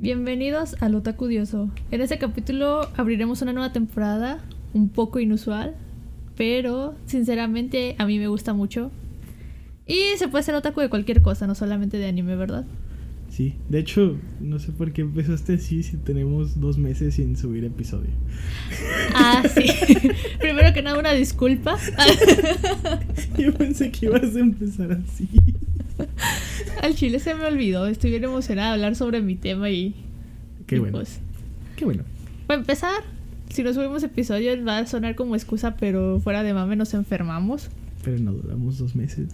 Bienvenidos al Otaku Dioso. En este capítulo abriremos una nueva temporada, un poco inusual, pero sinceramente a mí me gusta mucho. Y se puede ser otaku de cualquier cosa, no solamente de anime, ¿verdad? Sí, de hecho, no sé por qué empezaste así si tenemos 2 meses sin subir episodio. Ah, sí. Primero que nada, una disculpa. Yo pensé que ibas a empezar así. Al chile se me olvidó, estoy bien emocionada de hablar sobre mi tema y... Qué bueno. Pues, Qué bueno. para empezar, si no subimos episodios va a sonar como excusa, pero fuera de mame nos enfermamos. Pero no duramos 2 meses.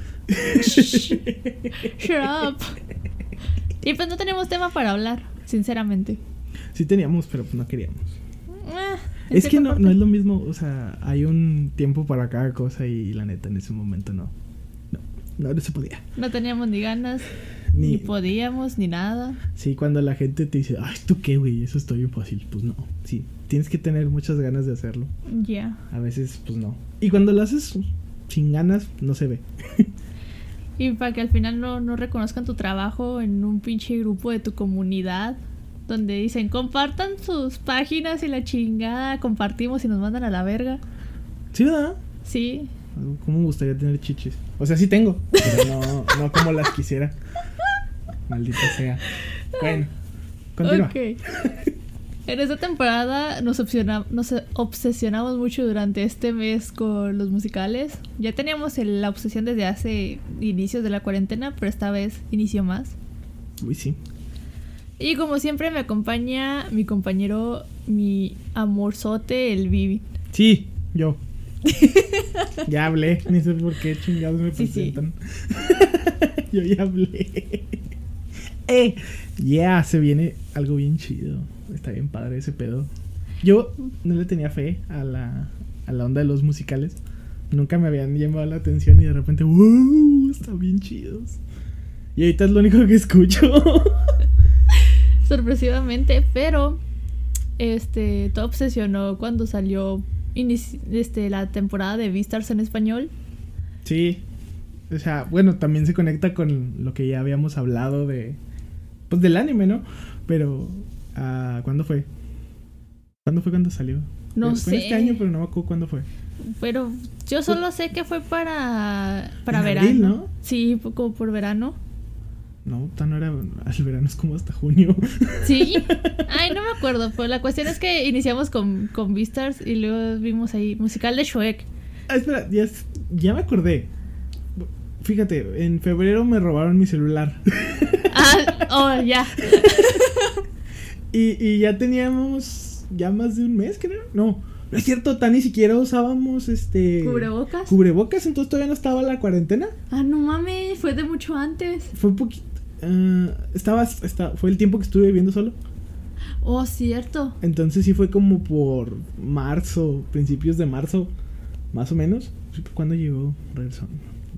Shut up. Y pues no tenemos tema para hablar, sinceramente. Sí teníamos, pero pues no queríamos. En Es que cierta no parte. es lo mismo, o sea, hay un tiempo para cada cosa y la neta en ese momento no se podía. No teníamos ni ganas, ni podíamos, ni nada. Sí, cuando la gente te dice, ay, ¿tú qué, güey? Eso está bien fácil. Pues no, sí, tienes que tener muchas ganas de hacerlo. Ya. A veces, pues no. Y cuando lo haces sin ganas, no se ve. Y para que al final no reconozcan tu trabajo en un pinche grupo de tu comunidad, donde dicen, compartan sus páginas y la chingada, compartimos y nos mandan a la verga. Sí, ¿verdad? Sí. ¿Cómo me gustaría tener chichis? O sea, sí tengo, pero no como las quisiera. Maldita sea. Bueno, continúa. Ok. En esta temporada nos obsesionamos mucho durante este mes con los musicales. Ya teníamos la obsesión desde hace inicios de la cuarentena, pero esta vez inició más. Uy, sí. Y como siempre me acompaña mi compañero, mi amorzote, el Vivi. Sí, yo. Ya hablé, ni sé por qué chingados me Sí, sí. presentan. Yo ya hablé. Se viene algo bien chido. Está bien padre ese pedo. Yo no le tenía fe a la onda de los musicales. Nunca me habían llamado la atención y de repente, ¡wow! Están bien chidos. Y ahorita es lo único que escucho. Sorpresivamente, pero todo obsesionó cuando salió la temporada de Beastars en español. Sí. O sea, bueno, también se conecta con lo que ya habíamos hablado de... Pues del anime, ¿no? Pero... ¿cuándo fue? ¿Cuándo fue cuando salió? No Fue sé. en este año, pero no me acuerdo cuándo fue. Pero yo solo sé que fue para En verano. abril, ¿no? Sí, como por verano. No, no era... El verano es como hasta junio. Sí. Ay, no me acuerdo. Pero la cuestión es que iniciamos con Beastars y luego vimos ahí musical de Shrek. Espera, ya me acordé. Fíjate, en febrero me robaron mi celular. Ya. Y ya teníamos ya más de un mes, creo. No es cierto, ni siquiera usábamos ¿Cubrebocas? Cubrebocas, entonces todavía no estaba la cuarentena. Ah, no mames, fue de mucho antes. Fue un poquito. Fue el tiempo que estuve viviendo solo. Oh, cierto. Entonces sí fue como por marzo, principios de marzo, más o menos. ¿Cuándo llegó Relson?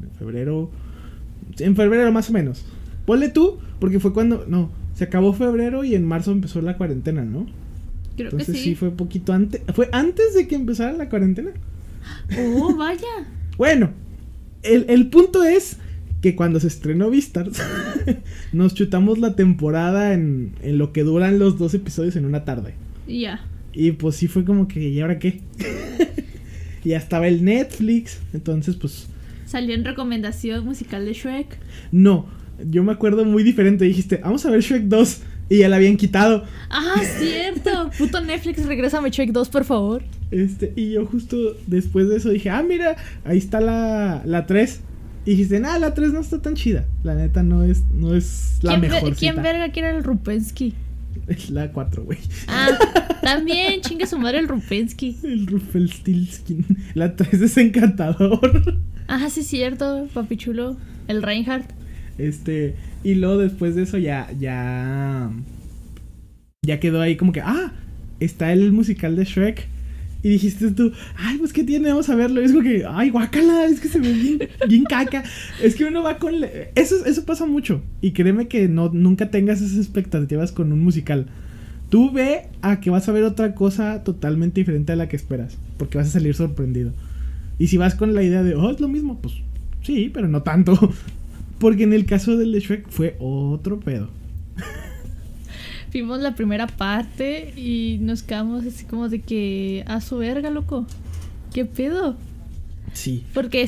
En febrero más o menos. Ponle tú, porque fue cuando... No, se acabó febrero y en marzo empezó la cuarentena, ¿no? Creo Entonces que sí. fue poquito antes. ¿Fue antes de que empezara la cuarentena? Oh, vaya. Bueno, el punto es que cuando se estrenó Beastars nos chutamos la temporada en lo que duran los 2 episodios en una tarde. Ya. Y pues sí fue como que, ¿y ahora qué? Y ya estaba el Netflix, entonces pues... Salió en recomendación musical de Shrek. No, yo me acuerdo muy diferente. Dijiste, vamos a ver Shrek 2 y ya la habían quitado. Ah, cierto. Puto Netflix, regrésame Shrek 2, por favor. Y yo justo después de eso dije, mira, ahí está la 3. Y dijiste, la 3 no está tan chida. La neta no es la mejor. ¿Quién verga quiere el Rupensky? Es la 4, güey. También chingue su madre el Rupensky. El Rumpelstiltskin. La 3 es encantador. Sí, cierto, papi chulo. El Reinhardt. Y luego después de eso ya quedó ahí como que, está el musical de Shrek. Y dijiste tú, pues ¿qué tiene? Vamos a verlo. Y es como que, guácala, es que se ve bien caca. Es que uno va con... Eso pasa mucho. Y créeme que nunca tengas esas expectativas con un musical. Tú ve a que vas a ver otra cosa totalmente diferente a la que esperas. Porque vas a salir sorprendido. Y si vas con la idea de, es lo mismo, pues sí, pero no tanto. Porque en el caso del de Shrek fue otro pedo. Vimos la primera parte y nos quedamos así como de que a su verga, loco. ¿Qué pedo? Sí. Porque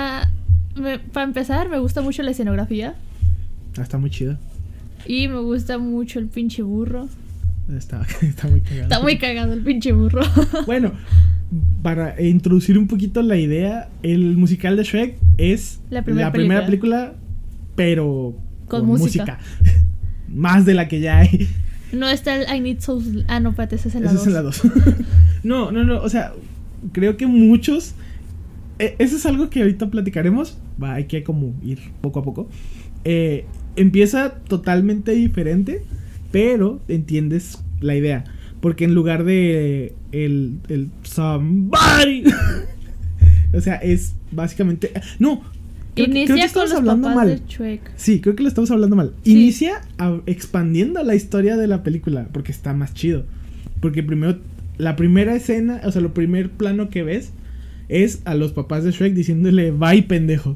para empezar, me gusta mucho la escenografía. Está muy chido. Y me gusta mucho el pinche burro. Está muy cagado. Está muy cagado el pinche burro. Bueno, para introducir un poquito la idea, el musical de Shrek es La primera película, pero con música. Más de la que ya hay. No está el I Need Souls. Ah, no, espérate, ese es en la 2. Ese es en la 2. No, o sea, creo que muchos... Eso es algo que ahorita platicaremos. Hay que como ir poco a poco. Empieza totalmente diferente, pero entiendes la idea. Porque en lugar de el somebody, o sea, es básicamente... No, Inicia creo que con los hablando papás mal. de Shrek. Sí, creo que lo estamos hablando mal. Sí. Inicia expandiendo la historia de la película, porque está más chido. Porque primero, la primera escena, o sea, el primer plano que ves es a los papás de Shrek diciéndole, bye, pendejo.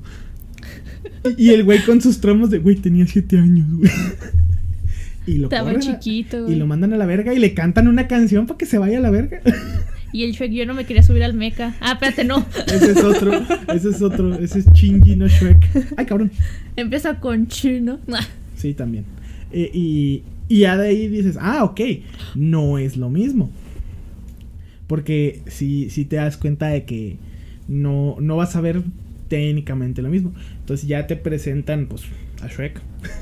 Y el güey con sus tramos de, güey, tenía 7 años, güey. Y lo Estaba corren chiquito, güey. y lo mandan a la verga y le cantan una canción para que se vaya a la verga. Y el Shrek, yo no me quería subir al mecha. Ah, espérate, no. Ese es otro. Ese es Shinji, no Shrek. Ay, cabrón. Empieza con chino. Sí, también. Y ya de ahí dices, ok, no es lo mismo. Porque si te das cuenta de que no vas a ver técnicamente lo mismo. Entonces ya te presentan, pues, a Shrek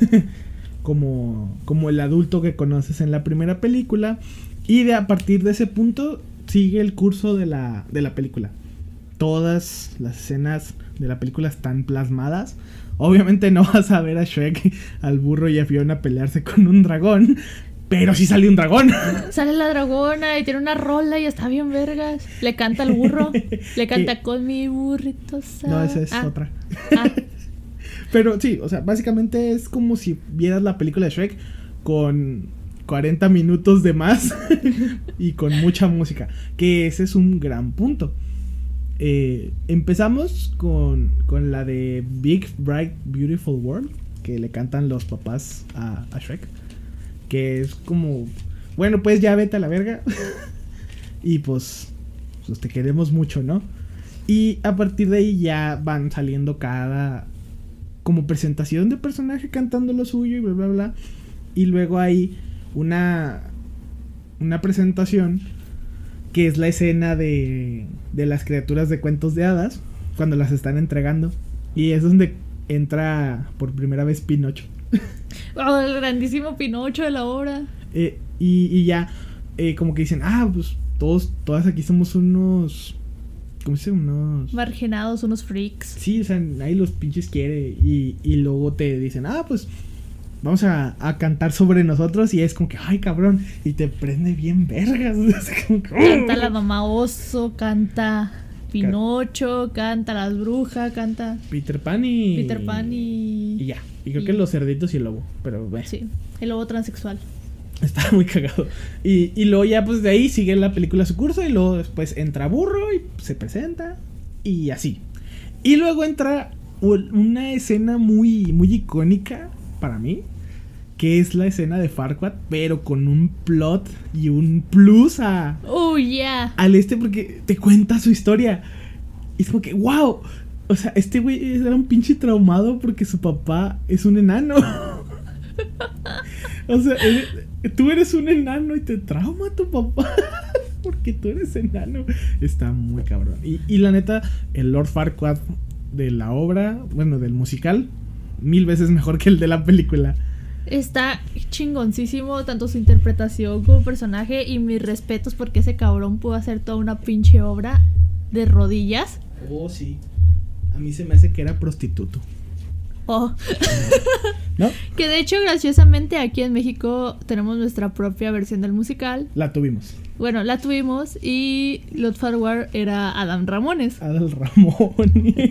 como el adulto que conoces en la primera película. Y a partir de ese punto sigue el curso de la película. Todas las escenas de la película están plasmadas. Obviamente no vas a ver a Shrek, al burro y a Fiona pelearse con un dragón, pero sí sale un dragón. Sale la dragona y tiene una rola y está bien vergas. Le canta al burro. Le canta con mi burrito. No, esa es otra. Ah. Pero sí, o sea, básicamente es como si vieras la película de Shrek con 40 minutos de más y con mucha música. Que ese es un gran punto. Empezamos con la de Big Bright Beautiful World, que le cantan los papás a Shrek. Que es como, bueno, pues ya vete a la verga. Y pues te queremos mucho, ¿no? Y a partir de ahí ya van saliendo cada como presentación de personaje cantando lo suyo y bla bla bla. Y luego hay una presentación que es la escena de las criaturas de cuentos de hadas cuando las están entregando. Y es donde entra por primera vez Pinocho. Oh, el grandísimo Pinocho de la obra. Y ya como que dicen, pues todas aquí somos unos, ¿cómo se dice? Unos marginados, unos freaks. Sí, o sea, ahí los pinches quiere. Y luego te dicen, pues vamos a cantar sobre nosotros. Y es como que, ay, cabrón. Y te prende bien vergas. Como que, canta la mamá oso, canta Pinocho, canta las brujas, canta Peter Pan y ya. Y creo que los cerditos y el lobo. Pero bueno. Sí, el lobo transexual. Está muy cagado. Y luego ya pues de ahí sigue la película su curso. Y luego después entra burro y se presenta. Y así. Y luego entra una escena muy, muy icónica para mí, que es la escena de Farquaad, pero con un plot y un plus al porque te cuenta su historia. Y es como que, wow. O sea, este güey era un pinche traumado porque su papá es un enano. O sea, tú eres un enano y te trauma tu papá porque tú eres enano. Está muy cabrón. Y la neta, el Lord Farquaad de la obra, bueno, del musical, 1000 veces mejor que el de la película. Está chingoncísimo, tanto su interpretación como personaje. Y mis respetos porque ese cabrón pudo hacer toda una pinche obra de rodillas. Oh, sí. A mí se me hace que era prostituto. Oh. ¿No? Que de hecho, graciosamente, aquí en México tenemos nuestra propia versión del musical. La tuvimos. Bueno, la tuvimos y Lord Farquaad era Adam Ramones. Adam Ramones.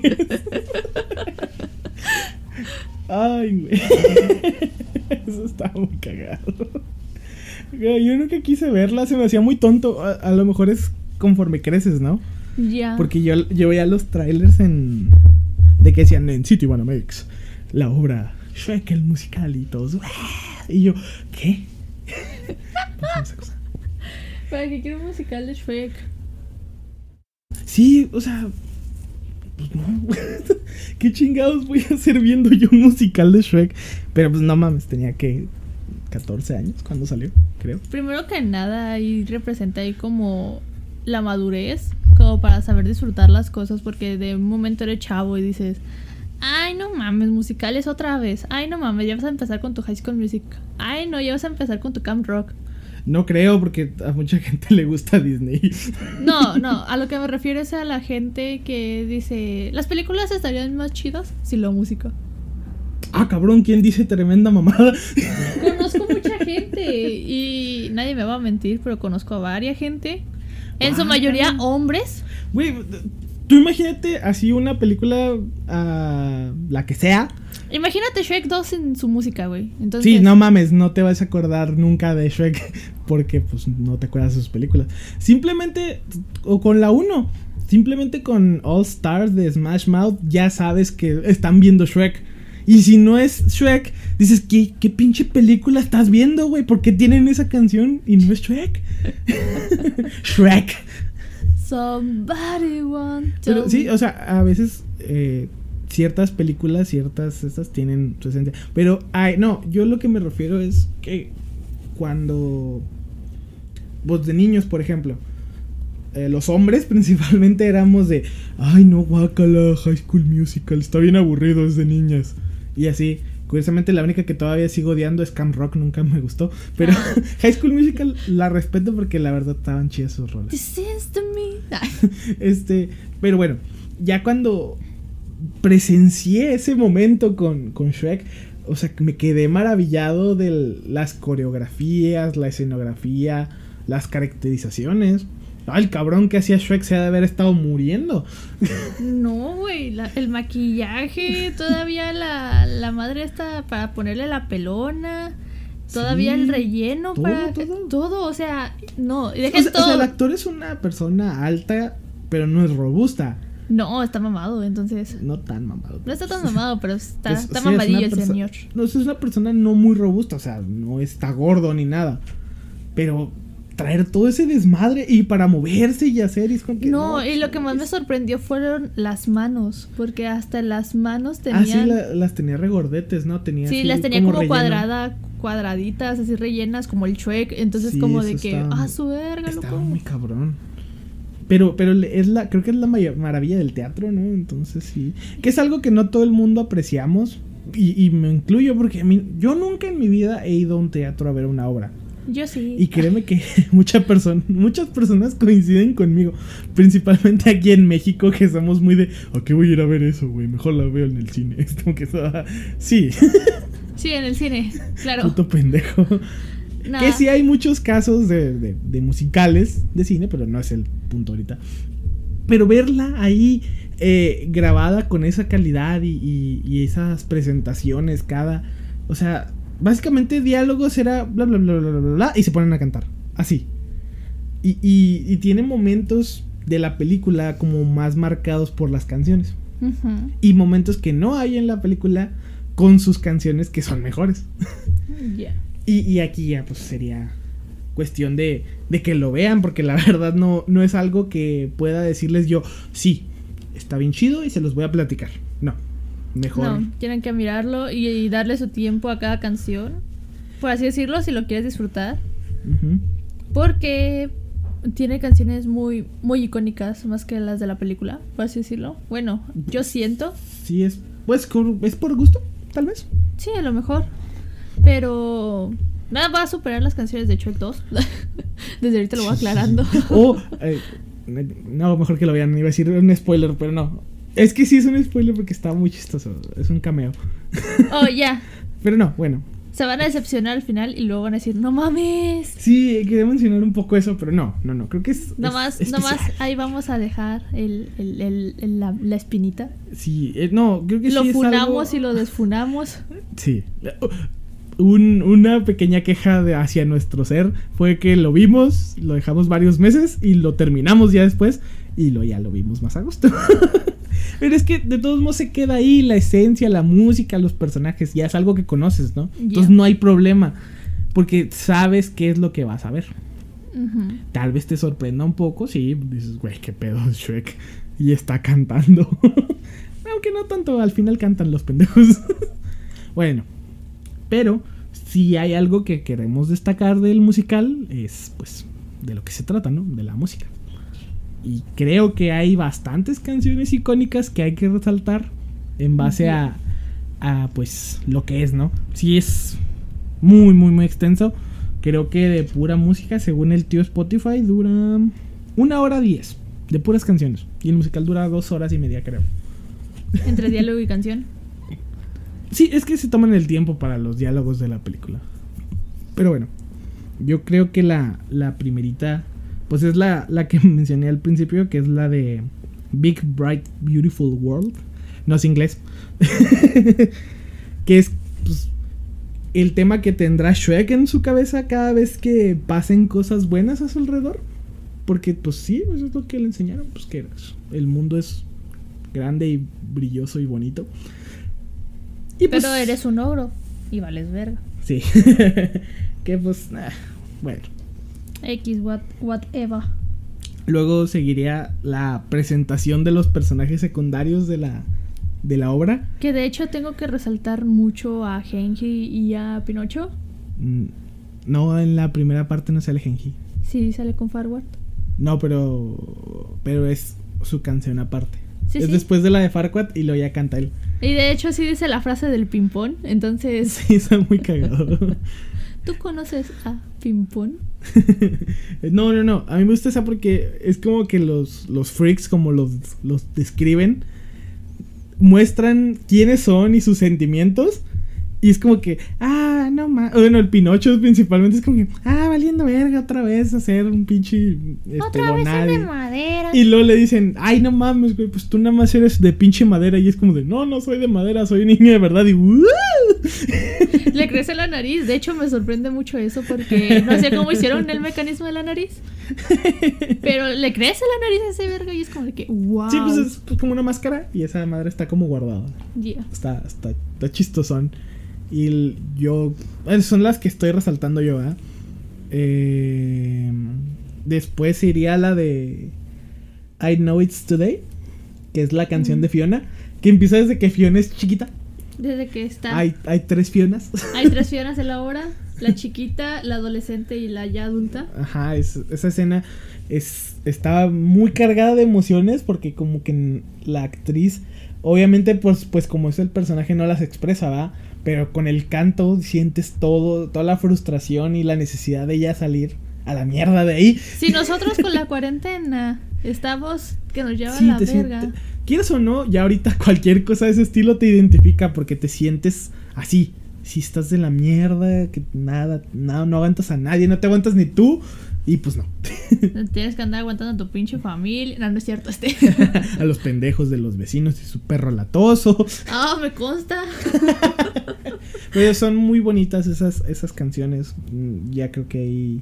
Ay, güey. Eso está muy cagado. Yo nunca quise verla, se me hacía muy tonto. A lo mejor es conforme creces, ¿no? Ya. Porque yo veía los trailers de que decían en Citibanamex, la obra Shrek el musical y todos. Y yo, ¿qué? Pásame esa cosa. ¿Para qué quiero un musical de Shrek? Sí, o sea, pues no. ¿Qué chingados voy a hacer viendo yo un musical de Shrek? Pero pues no mames, tenía que 14 años cuando salió, creo. Primero que nada, ahí representa ahí como la madurez, como para saber disfrutar las cosas, porque de un momento eres chavo y dices, ay, no mames, musicales otra vez. Ay, no mames, ya vas a empezar con tu High School Music. Ay, no, ya vas a empezar con tu Camp Rock. No creo, porque a mucha gente le gusta Disney. No, a lo que me refiero es a la gente que dice, las películas estarían más chidas si lo música. Ah, cabrón, ¿quién dice tremenda mamada? Conozco mucha gente y nadie me va a mentir, pero conozco a varias gente. En su mayoría hombres. Güey, tú imagínate así una película, la que sea. Imagínate Shrek 2 en su música, güey. Entonces, Sí, no mames, no te vas a acordar nunca de Shrek porque pues no te acuerdas de sus películas. Simplemente, o con la 1, simplemente con All Stars de Smash Mouth ya sabes que están viendo Shrek. Y si no es Shrek, dices, ¿qué pinche película estás viendo, güey? ¿Por qué tienen esa canción y no es Shrek? Shrek. Somebody want to... Pero sí, o sea, a veces ciertas películas, estas tienen su esencia. Pero, no, yo lo que me refiero es que cuando vos de niños, por ejemplo, los hombres principalmente éramos de, ay no, guácala, High School Musical, está bien aburrido, es de niñas. Y así, curiosamente la única que todavía sigo odiando es Camp Rock, nunca me gustó. Pero High School Musical la respeto porque la verdad estaban chidas sus roles. This is to me. Pero bueno, ya cuando presencié ese momento con Shrek, o sea, me quedé maravillado de las coreografías, la escenografía, las caracterizaciones. El cabrón que hacía Shrek se ha de haber estado muriendo. No, güey, el maquillaje, todavía la madre está para ponerle la pelona, todavía sí, el relleno, todo, o sea, no, dejen todo. O sea, el actor es una persona alta, pero no es robusta. No, está mamado, entonces. No tan mamado. No está tan mamado, pero está mamadillo el señor. No, es una persona no muy robusta, o sea, no está gordo ni nada. Pero traer todo ese desmadre y para moverse y hacer y es como que no, y lo que más me sorprendió fueron las manos, porque hasta las manos tenían... sí, las tenía regordetes, ¿no? Tenía sí, así las tenía como relleno. Cuadraditas, así rellenas, como el Shrek, entonces sí, como de que, su verga, loco. Estaba muy cabrón. Pero creo que es la maravilla del teatro, ¿no? Entonces sí, que es algo que no todo el mundo apreciamos, y me incluyo porque yo nunca en mi vida he ido a un teatro a ver una obra. Yo sí. Y créeme que muchas personas coinciden conmigo. Principalmente aquí en México, que somos muy de, ¿a qué voy a ir a ver eso, güey? Mejor la veo en el cine. Es como que sí. Sí, en el cine, claro. Puto pendejo. Nah. Que sí hay muchos casos de musicales de cine, pero no es el punto ahorita. Pero verla ahí grabada con esa calidad y esas presentaciones o sea, básicamente diálogos era bla bla bla bla bla bla y se ponen a cantar, así. Y tiene momentos de la película como más marcados por las canciones. Uh-huh. Y momentos que no hay en la película con sus canciones que son mejores. Yeah. Y aquí ya pues sería cuestión de que lo vean, porque la verdad no es algo que pueda decirles yo, sí, está bien chido y se los voy a platicar. No, mejor. No, tienen que mirarlo y darle su tiempo a cada canción, por así decirlo, si lo quieres disfrutar. Uh-huh. Porque tiene canciones muy, muy icónicas, más que las de la película, por así decirlo. Bueno, yo siento. Sí, es por gusto, tal vez. Sí, a lo mejor. Pero nada va a superar las canciones de Shrek 2. Desde ahorita lo voy aclarando. No, mejor que lo vean. Iba a decir un spoiler, pero no. Es que sí es un spoiler porque está muy chistoso. Es un cameo. Oh, ya. Pero no, bueno. Se van a decepcionar al final y luego van a decir, ¡no mames! Sí, quería mencionar un poco eso, pero no. Creo que es nomás ahí vamos a dejar la espinita. Sí, no, creo que lo sí es algo... Lo funamos y lo desfunamos. Sí. Una pequeña queja hacia nuestro ser fue que lo vimos, lo dejamos varios meses y lo terminamos ya después y ya lo vimos más a gusto. Pero es que de todos modos se queda ahí la esencia, la música, los personajes, ya es algo que conoces, ¿no? Yeah. Entonces no hay problema. porque sabes qué es lo que vas a ver. Ujú. Tal vez te sorprenda un poco, sí, dices, güey, qué pedo es Shrek. Y está cantando. Aunque no tanto, al final cantan los pendejos. Bueno, pero si hay algo que queremos destacar del musical, es pues de lo que se trata, ¿no? De la música. Y creo que hay bastantes canciones icónicas que hay que resaltar en base a pues lo que es, ¿no? Sí es muy, muy, muy extenso. Creo que de pura música, según el tío Spotify, dura 1 hora 10 de puras canciones. Y el musical dura 2 horas y media, creo. Entre diálogo y canción. Sí, es que se toman el tiempo para los diálogos de la película. Pero bueno, yo creo que la primerita, pues es la que mencioné al principio, que es la de Big Bright Beautiful World. No es inglés. Que es pues, el tema que tendrá Shrek en su cabeza cada vez que pasen cosas buenas a su alrededor. Porque pues sí, eso es lo que le enseñaron. Pues que el mundo es grande y brilloso y bonito. Y pues, Pero eres un ogro y vales verga. sí. Que pues, bueno. X, whatever. Luego seguiría la presentación de los personajes secundarios de la obra. Que de hecho tengo que resaltar mucho a Genji y a Pinocho. No, en la primera parte no sale Genji. Sí, sale con Farward. No, pero es su canción aparte. Sí, es sí. después de la de Farquaad y luego ya canta él. Y de hecho sí dice la frase del ping-pong. Entonces, Sí, está muy cagado. ¿tú conoces a ping-pong? No. A mí me gusta esa porque es como que los freaks, como los describen, muestran quiénes son y sus sentimientos. Y es como que, no más. Bueno, el Pinocho principalmente es como que, valiendo verga otra vez hacer un pinche Otra vez es de bonade. madera. Y luego le dicen, no mames, güey, pues tú nada más eres de pinche madera. Y es como de, no soy de madera, soy un niño de verdad. Y Le crece la nariz. De hecho, me sorprende mucho eso porque no sé cómo hicieron el mecanismo de la nariz. Pero le crece la nariz a ese verga y es como de que, wow. Sí, pues es como una máscara y esa madre está como guardada. Yeah. Está chistosón. Y son las que estoy resaltando yo, después iría la de I Know It's Today, que es la canción de Fiona, que empieza desde que Fiona es chiquita. Desde que está. Hay 3 Fionas. Hay 3 Fionas en la obra. La chiquita, la adolescente y la ya adulta. Ajá, esa escena estaba muy cargada de emociones porque como que la actriz, obviamente pues como es el personaje no las expresa, ¿va? Pero con el canto sientes toda la frustración y la necesidad de ella salir a la mierda de ahí. Si nosotros con la cuarentena estamos que nos lleva Sí, la verga. Quieres o no, ya ahorita cualquier cosa de ese estilo te identifica porque te sientes así. Si estás de la mierda, que nada, no aguantas a nadie, no te aguantas ni tú. Y pues no. Tienes que andar aguantando a tu pinche familia. No es cierto, A los pendejos de los vecinos y su perro latoso. Me consta. Pero son muy bonitas esas canciones. Ya creo que ahí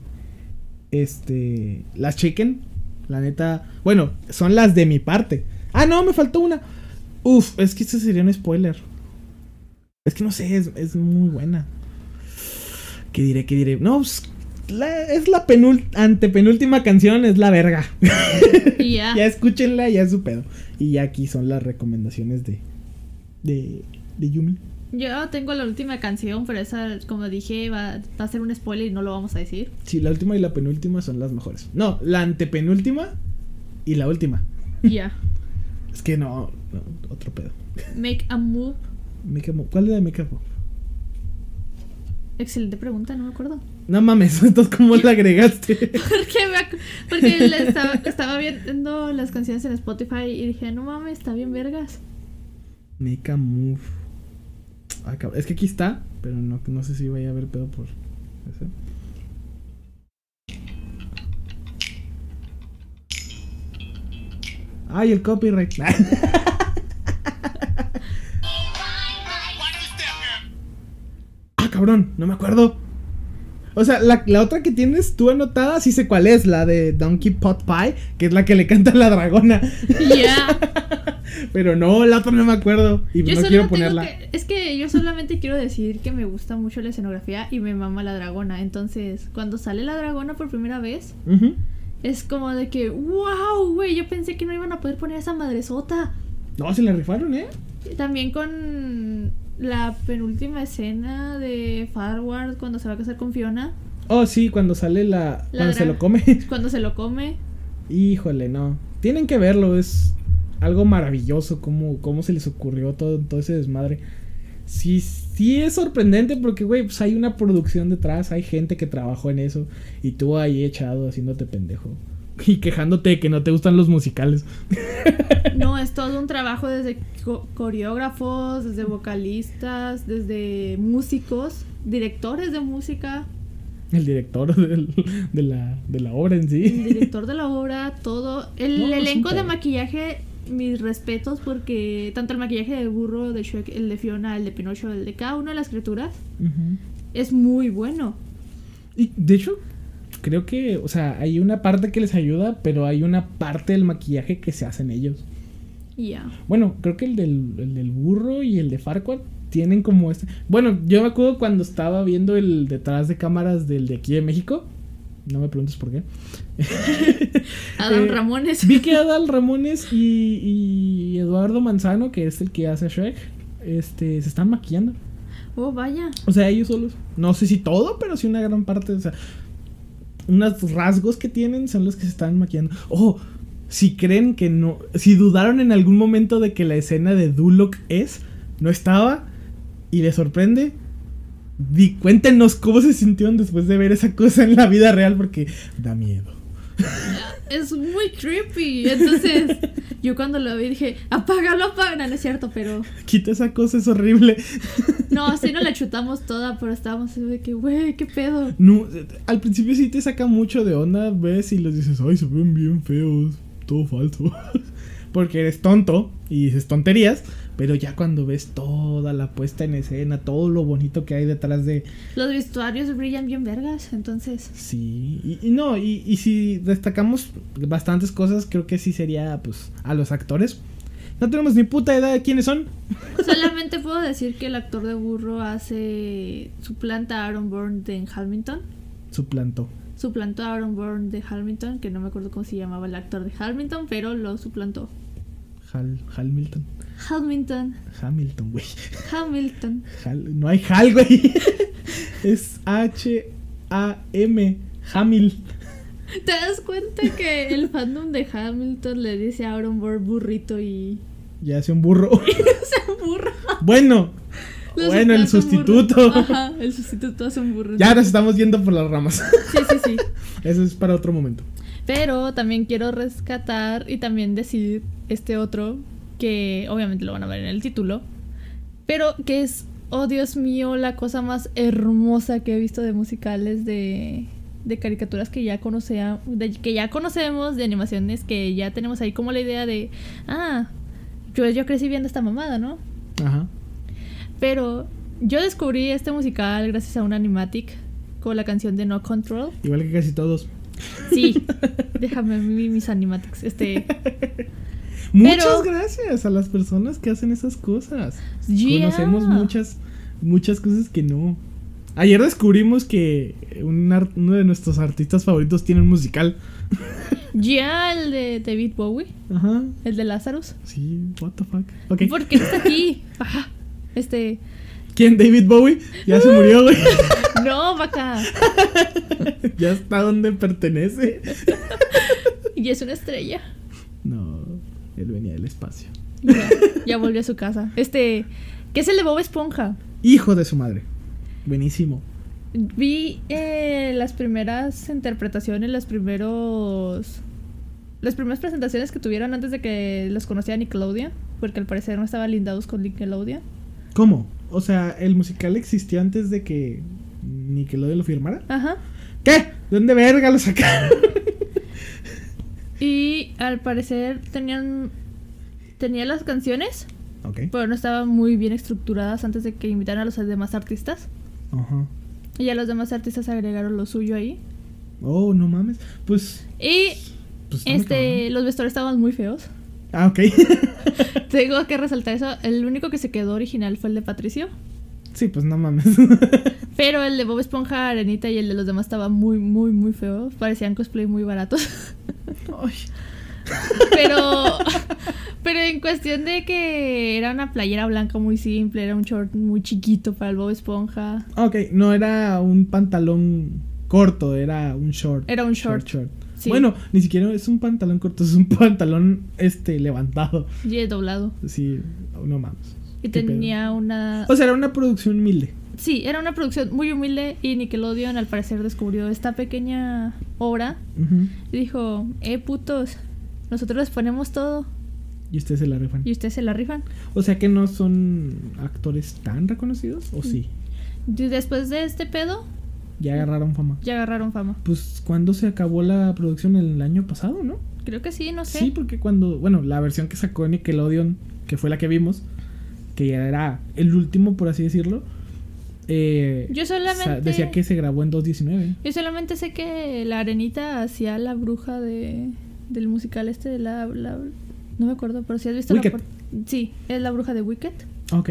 las chequen. La neta, bueno, son las de mi parte. No, me faltó una. Es que este sería un spoiler. Es que no sé, es muy buena. ¿Qué diré? No, pues, es la antepenúltima canción, es la verga. Y ya. Ya escúchenla, ya es su pedo. Y ya aquí son las recomendaciones de Yumi. Yo tengo la última canción, pero esa, como dije, va a ser un spoiler y no lo vamos a decir. Sí, la última y la penúltima son las mejores. No, la antepenúltima y la última. Ya. Es que no, otro pedo. Make a Move. ¿Cuál era de Make a Move? Excelente pregunta, no me acuerdo. No mames, entonces ¿cómo la agregaste? Porque estaba viendo las canciones en Spotify y dije, no mames, está bien vergas. Make a Move. Es que aquí está, pero no sé si vaya a haber pedo por eso. Ay, el copyright. Cabrón, no me acuerdo. O sea, la otra que tienes tú anotada, sí sé cuál es, la de Donkey Pot Pie, que es la que le canta a la dragona. Ya. Pero no, la otra no me acuerdo. Y Yo no solo quiero tengo ponerla. es que yo solamente quiero decir que me gusta mucho la escenografía y me mama la dragona. Entonces, cuando sale la dragona por primera vez, Ujú. es como de que, wow, güey, yo pensé que no iban a poder poner esa madresota. No, se la rifaron, ¿eh? También con la penúltima escena de Farward cuando se va a casar con Fiona. Oh, sí, cuando sale cuando se lo come. Cuando se lo come. Híjole, no. Tienen que verlo, es algo maravilloso cómo se les ocurrió todo ese desmadre. Sí es sorprendente porque, güey, pues hay una producción detrás, hay gente que trabajó en eso y tú ahí echado haciéndote pendejo y quejándote de que no te gustan los musicales. No, es todo un trabajo desde coreógrafos, desde vocalistas, desde músicos, directores de música. El director de la obra en El sí. director de la obra, todo. El No, elenco sí, de pero- maquillaje, mis respetos, porque tanto el maquillaje del burro, de Shrek, el de Fiona, el de Pinocho, el de cada una de las criaturas, Ujú. es muy bueno. Y de hecho, creo que, o sea, hay una parte que les ayuda, pero hay una parte del maquillaje que se hacen ellos. Y ya. Bueno, creo que el del burro y el de Farquaad tienen como este. Bueno, yo me acuerdo cuando estaba viendo el detrás de cámaras del de aquí de México. No me preguntes por qué. Adán Ramones. Vi que Adal Ramones y Eduardo Manzano, que es el que hace Shrek, se están maquillando. Oh, vaya. O sea, ellos solos. No sé si todo, pero sí una gran parte. O sea, unos rasgos que tienen son los que se están maquillando. Oh, si creen que no. Si dudaron en algún momento de que la escena de Duloc no estaba y les sorprende. Cuéntenos cómo se sintieron después de ver esa cosa en la vida real, porque da miedo. Es muy creepy. Entonces, yo cuando lo vi dije, apágalo, apágalo. No es cierto, pero. Quita esa cosa, es horrible. No, sí nos la chutamos toda, pero estábamos así de que, güey, qué pedo. No, al principio sí te saca mucho de onda, ves y los dices, ay, se ven bien feos, todo falso. Porque eres tonto y dices tonterías, pero ya cuando ves toda la puesta en escena, todo lo bonito que hay detrás de... Los vestuarios brillan bien vergas, entonces. Sí, y si destacamos bastantes cosas, creo que sí sería, pues, a los actores. No tenemos ni puta idea de quiénes son. Solamente puedo decir que el actor de burro suplanta a Aaron Burr en Hamilton. Suplantó. Suplantó a Aaron Burr de Hamilton, que no me acuerdo cómo se llamaba el actor de Hamilton, pero lo suplantó. Hamilton. Hamilton, güey. Hamilton. No hay Hal, güey. Es H-A-M. Hamil. ¿Te das cuenta que el fandom de Hamilton le dice a Aaron Burr burrito y Ya hace un burro. se burro? Bueno, el sustituto. Ajá, el sustituto hace un burro. Ya nos estamos yendo por las ramas. Sí. Eso es para otro momento. Pero también quiero rescatar y también decir este otro, que obviamente lo van a ver en el título, pero que es, oh Dios mío, la cosa más hermosa que he visto de musicales, de caricaturas que ya conocemos, de animaciones que ya tenemos ahí como la idea de, yo crecí viendo esta mamada, ¿no? Ajá. Pero yo descubrí este musical gracias a un animatic con la canción de No Control. Igual que casi todos. Sí, déjame mis animatics. Muchas gracias a las personas que hacen esas cosas. Yeah. Conocemos muchas cosas que no. Ayer descubrimos que uno de nuestros artistas favoritos tiene un musical. Ya el de David Bowie, Ajá. el de Lazarus. Sí, what the fuck. Okay. ¿Por qué está aquí? Ajá. ¿Quién? David Bowie. Ya se murió, güey. No, vaca. Ya está donde pertenece. Y es una estrella. No, él venía del espacio. Ya volvió a su casa. ¿Qué es el de Bob Esponja? Hijo de su madre. Buenísimo. Vi las primeras interpretaciones, las primeras presentaciones que tuvieron antes de que los conociera Nickelodeon, porque al parecer no estaban lindados con Nickelodeon. ¿Cómo? O sea, ¿el musical existió antes de que Nickelodeon lo firmara? Ajá. ¿Qué? ¿De dónde verga lo sacaron? Y al parecer tenía las canciones, Ok. pero no estaban muy bien estructuradas antes de que invitaran a los demás artistas. Ajá. Y ya los demás artistas agregaron lo suyo ahí. Oh, no mames. Pues Y está muy cabrón. los vestuarios estaban muy feos. Ah, ok. Tengo que resaltar eso. El único que se quedó original fue el de Patricio. Sí, pues no mames. Pero el de Bob Esponja, Arenita y el de los demás estaba muy, muy, muy feo. Parecían cosplay muy baratos. Ay. Pero en cuestión de que era una playera blanca muy simple, era un short muy chiquito para el Bob Esponja. Ok, no era un pantalón corto, era un short. Era un short. Sí. Bueno, ni siquiera es un pantalón corto, es un pantalón levantado. Y es doblado. Sí, no mames. Y tenía una... O sea, era una producción humilde. Sí, era una producción muy humilde y Nickelodeon al parecer descubrió esta pequeña obra y dijo, putos, nosotros les ponemos todo. Y ustedes se la rifan. Y ustedes se la rifan. O sea que no son actores tan reconocidos, ¿o sí? Y después de este pedo... Ya agarraron fama. Ya agarraron fama. Pues, ¿cuándo se acabó la producción? El año pasado, ¿no? Creo que sí, no sé. Sí, porque bueno, la versión que sacó Nickelodeon, que fue la que vimos, que ya era el último, por así decirlo. Yo solamente... decía que se grabó en 2019. Yo solamente sé que la Arenita hacía la bruja del musical de la... No me acuerdo, pero si has visto Wicked. Sí, es la bruja de Wicked. Ok.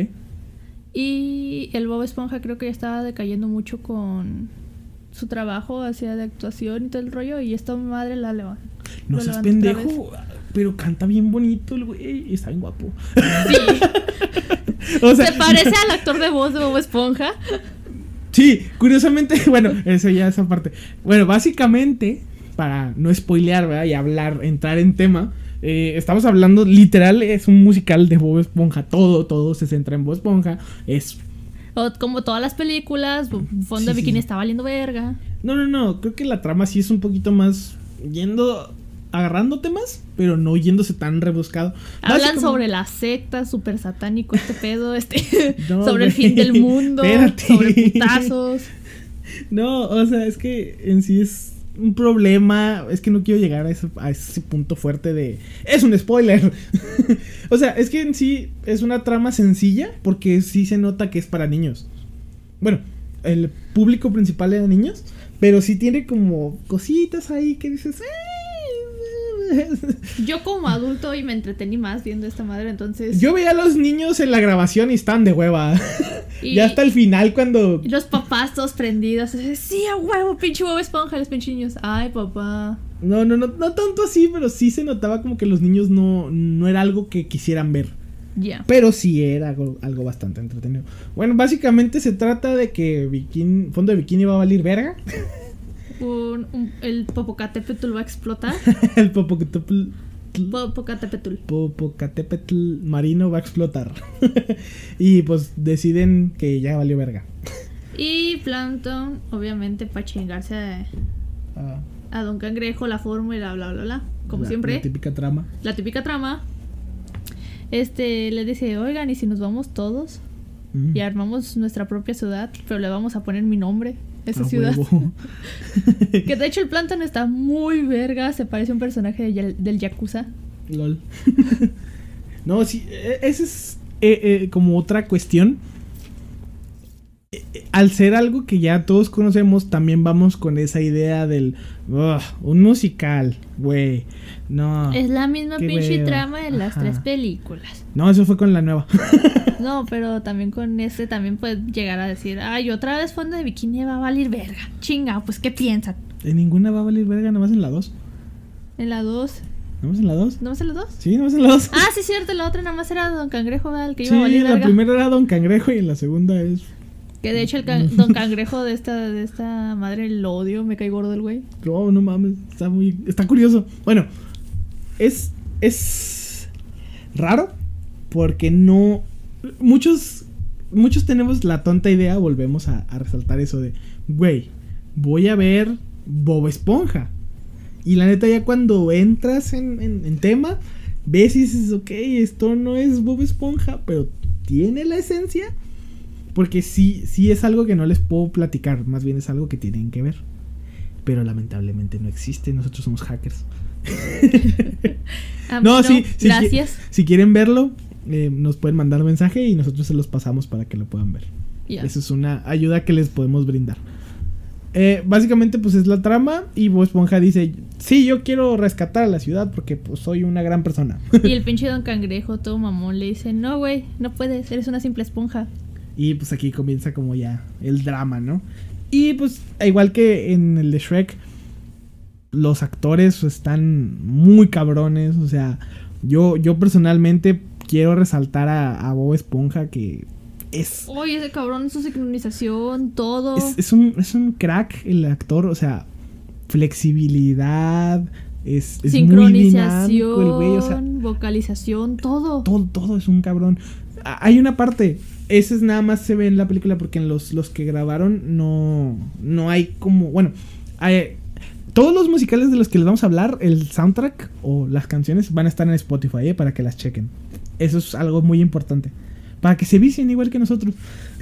Y el Bob Esponja creo que ya estaba decayendo mucho con su trabajo hacia de actuación y todo el rollo. Y esta madre la levanta. No seas pendejo, pero canta bien bonito el güey y está bien guapo. Sí. O sea, ¿se parece al actor de voz de Bob Esponja? Sí, curiosamente, bueno, eso ya esa parte. Bueno, básicamente, para no spoilear, ¿verdad? Y entrar en tema, estamos hablando, literal, es un musical de Bob Esponja. Todo se centra en Bob Esponja. Es... como todas las películas, Fondo de Bikini está valiendo verga. No, creo que la trama sí es un poquito más agarrando temas, pero no yéndose tan rebuscado. Hablan sobre la secta, súper satánico este pedo, no, sobre el fin del mundo, espérate. Sobre putazos. No, o sea, es que en sí es un problema, es que no quiero llegar a ese punto fuerte de... Es un spoiler. O sea, es que en sí es una trama sencilla, porque sí se nota que es para niños. Bueno, el público principal es de niños, pero sí tiene como cositas ahí que dices... Yo como adulto y me entretení más viendo esta madre, entonces... Yo veía a los niños en la grabación y estaban de hueva. Ya hasta el final cuando... Los papás todos prendidos. Sí, a huevo, pinche Bob Esponja, los pinches niños. Ay, papá. No tanto así, pero sí se notaba como que los niños no era algo que quisieran ver. Ya. Yeah. Pero sí era algo bastante entretenido. Bueno, básicamente se trata de que Fondo de Bikini va a valer verga. El Popocatépetl va a explotar. El Popocatépetl marino va a explotar. Y pues deciden que ya valió verga. Y Plankton, obviamente, para chingarse a Don Cangrejo, la fórmula, bla, bla, bla. Como siempre. La típica trama. Le dice, oigan, ¿y si nos vamos todos? Y armamos nuestra propia ciudad, pero le vamos a poner mi nombre a esa ciudad. Que de hecho el Plankton está muy verga. Se parece a un personaje del Yakuza. LOL. No, sí, esa es como otra cuestión. Al ser algo que ya todos conocemos, también vamos con esa idea del un musical, güey. No. Es la misma pinche trama de las 3 películas. No, eso fue con la nueva. No, pero también con también puedes llegar a decir, ay, otra vez Fondo de Bikini va a valer verga. Chinga, pues ¿qué piensan? En ninguna va a valer verga, nada más en la 2. En la 2. ¿Nada más en la 2? ¿Nada más en la 2? Sí, nada más en la 2. Ah, sí, cierto, la otra nada más era Don Cangrejo, ¿verdad? El que iba a valer verga. Sí, la primera era Don Cangrejo y en la segunda es... Que de hecho el Don Cangrejo de esta madre lo odio, me cae gordo el güey. No mames, está curioso. Bueno, es raro porque no... Muchos tenemos la tonta idea, volvemos a resaltar eso de, güey, voy a ver Bob Esponja. Y la neta ya cuando entras en tema, ves y dices, ok, esto no es Bob Esponja, pero tiene la esencia. Porque sí es algo que no les puedo platicar, más bien es algo que tienen que ver. Pero lamentablemente no existe, nosotros somos hackers. No, sí, gracias. Si quieren verlo, nos pueden mandar mensaje y nosotros se los pasamos para que lo puedan ver. Yeah. Eso es una ayuda que les podemos brindar. Básicamente pues es la trama y Bob Esponja dice, sí, yo quiero rescatar a la ciudad porque pues soy una gran persona. Y el pinche Don Cangrejo, todo mamón, le dice, no, güey, no puedes, eres una simple esponja. Y pues aquí comienza como ya el drama, ¿no? Y pues igual que en el de Shrek, los actores están muy cabrones. O sea, yo personalmente quiero resaltar a Bob Esponja, que es... Oye, ese cabrón, su sincronización, todo. Es un crack el actor, o sea, flexibilidad, es muy dinámico el güey, o sea, vocalización, todo. Todo es un cabrón. Hay una parte, ese es nada más se ve en la película porque en los que grabaron no hay como, bueno, todos los musicales de los que les vamos a hablar, el soundtrack o las canciones van a estar en Spotify, para que las chequen. Eso es algo muy importante. Para que se vicien igual que nosotros.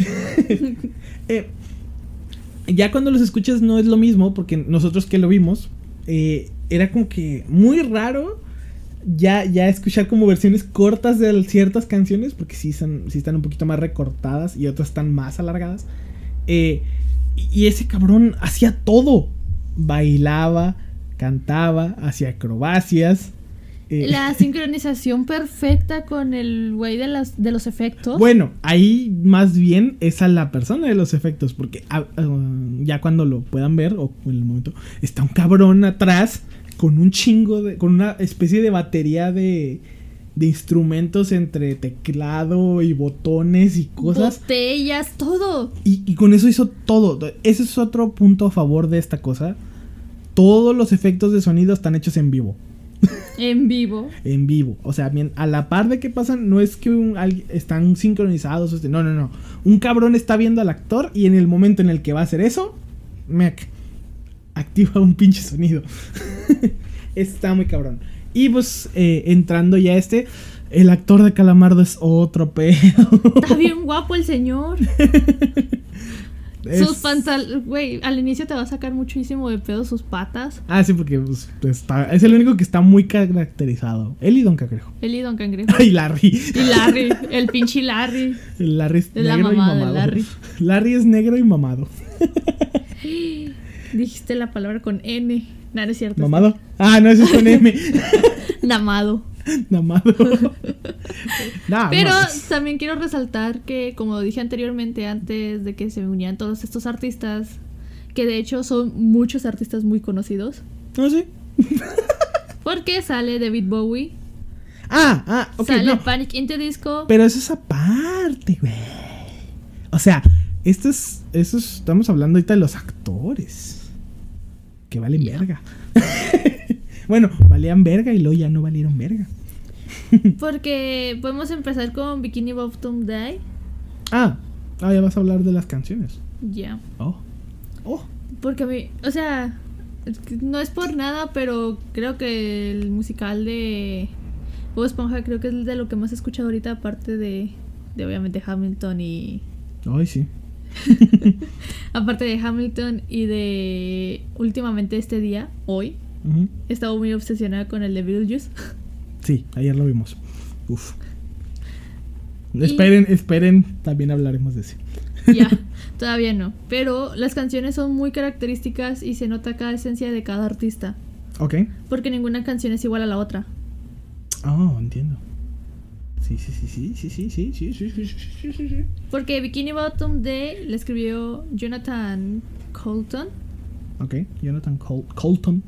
Ya cuando los escuchas no es lo mismo, porque nosotros que lo vimos, era como que muy raro ya escuchar como versiones cortas de ciertas canciones, porque sí están un poquito más recortadas y otras están más alargadas. Y ese cabrón hacía todo. Bailaba, cantaba, hacía acrobacias. La sincronización perfecta con el güey de los efectos. Bueno, ahí más bien es a la persona de los efectos, porque ya cuando lo puedan ver, o en el momento, está un cabrón atrás con un chingo con una especie de batería de instrumentos entre teclado y botones y cosas. Botellas, todo. Y con eso hizo todo. Ese es otro punto a favor de esta cosa. Todos los efectos de sonido están hechos en vivo. En vivo. En vivo. O sea, a la par de que pasan, no es que están sincronizados. No. Un cabrón está viendo al actor y en el momento en el que va a hacer eso, activa un pinche sonido. Está muy cabrón. Y pues, entrando ya el actor de Calamardo es otro pedo. Está bien guapo el señor. Sus pantalones, güey, al inicio te va a sacar muchísimo de pedo sus patas. Ah, sí, porque pues, es el único que está muy caracterizado. Él y Don Cangrejo. Y Larry. El pinche Larry. El Larry es negro la mamada y mamado. De Larry. Larry es negro y mamado. Dijiste la palabra con N. No es cierto. ¿Mamado? Ah, no, eso es con M. Namado. Pero también quiero resaltar que, como dije anteriormente, antes de que se unieran todos estos artistas, que de hecho son muchos artistas muy conocidos. ¿Ah, sí? Porque sale David Bowie. Ok. Sale Panic! In the Disco. Pero eso es aparte, güey. O sea, estamos hablando ahorita de los actores. Que valen verga. Bueno, valían verga y luego ya no valieron verga. Porque podemos empezar con Bikini Bottom Day. Ya vas a hablar de las canciones. Ya. Oh. Porque a mí, o sea, no es por nada, pero creo que el musical de Bob Esponja creo que es de lo que más he escuchado ahorita, aparte de obviamente Hamilton y... Ay, sí. Aparte de Hamilton y de últimamente hoy, he estado muy obsesionada con el de Beetlejuice. Sí, ayer lo vimos. Uf. Esperen, también hablaremos de ese. Ya, todavía no. Pero las canciones son muy características y se nota cada esencia de cada artista. Ok. Porque ninguna canción es igual a la otra. Entiendo. Sí. Porque Bikini Bottom Day le escribió Jonathan Coulton. Ok, Jonathan Coulton.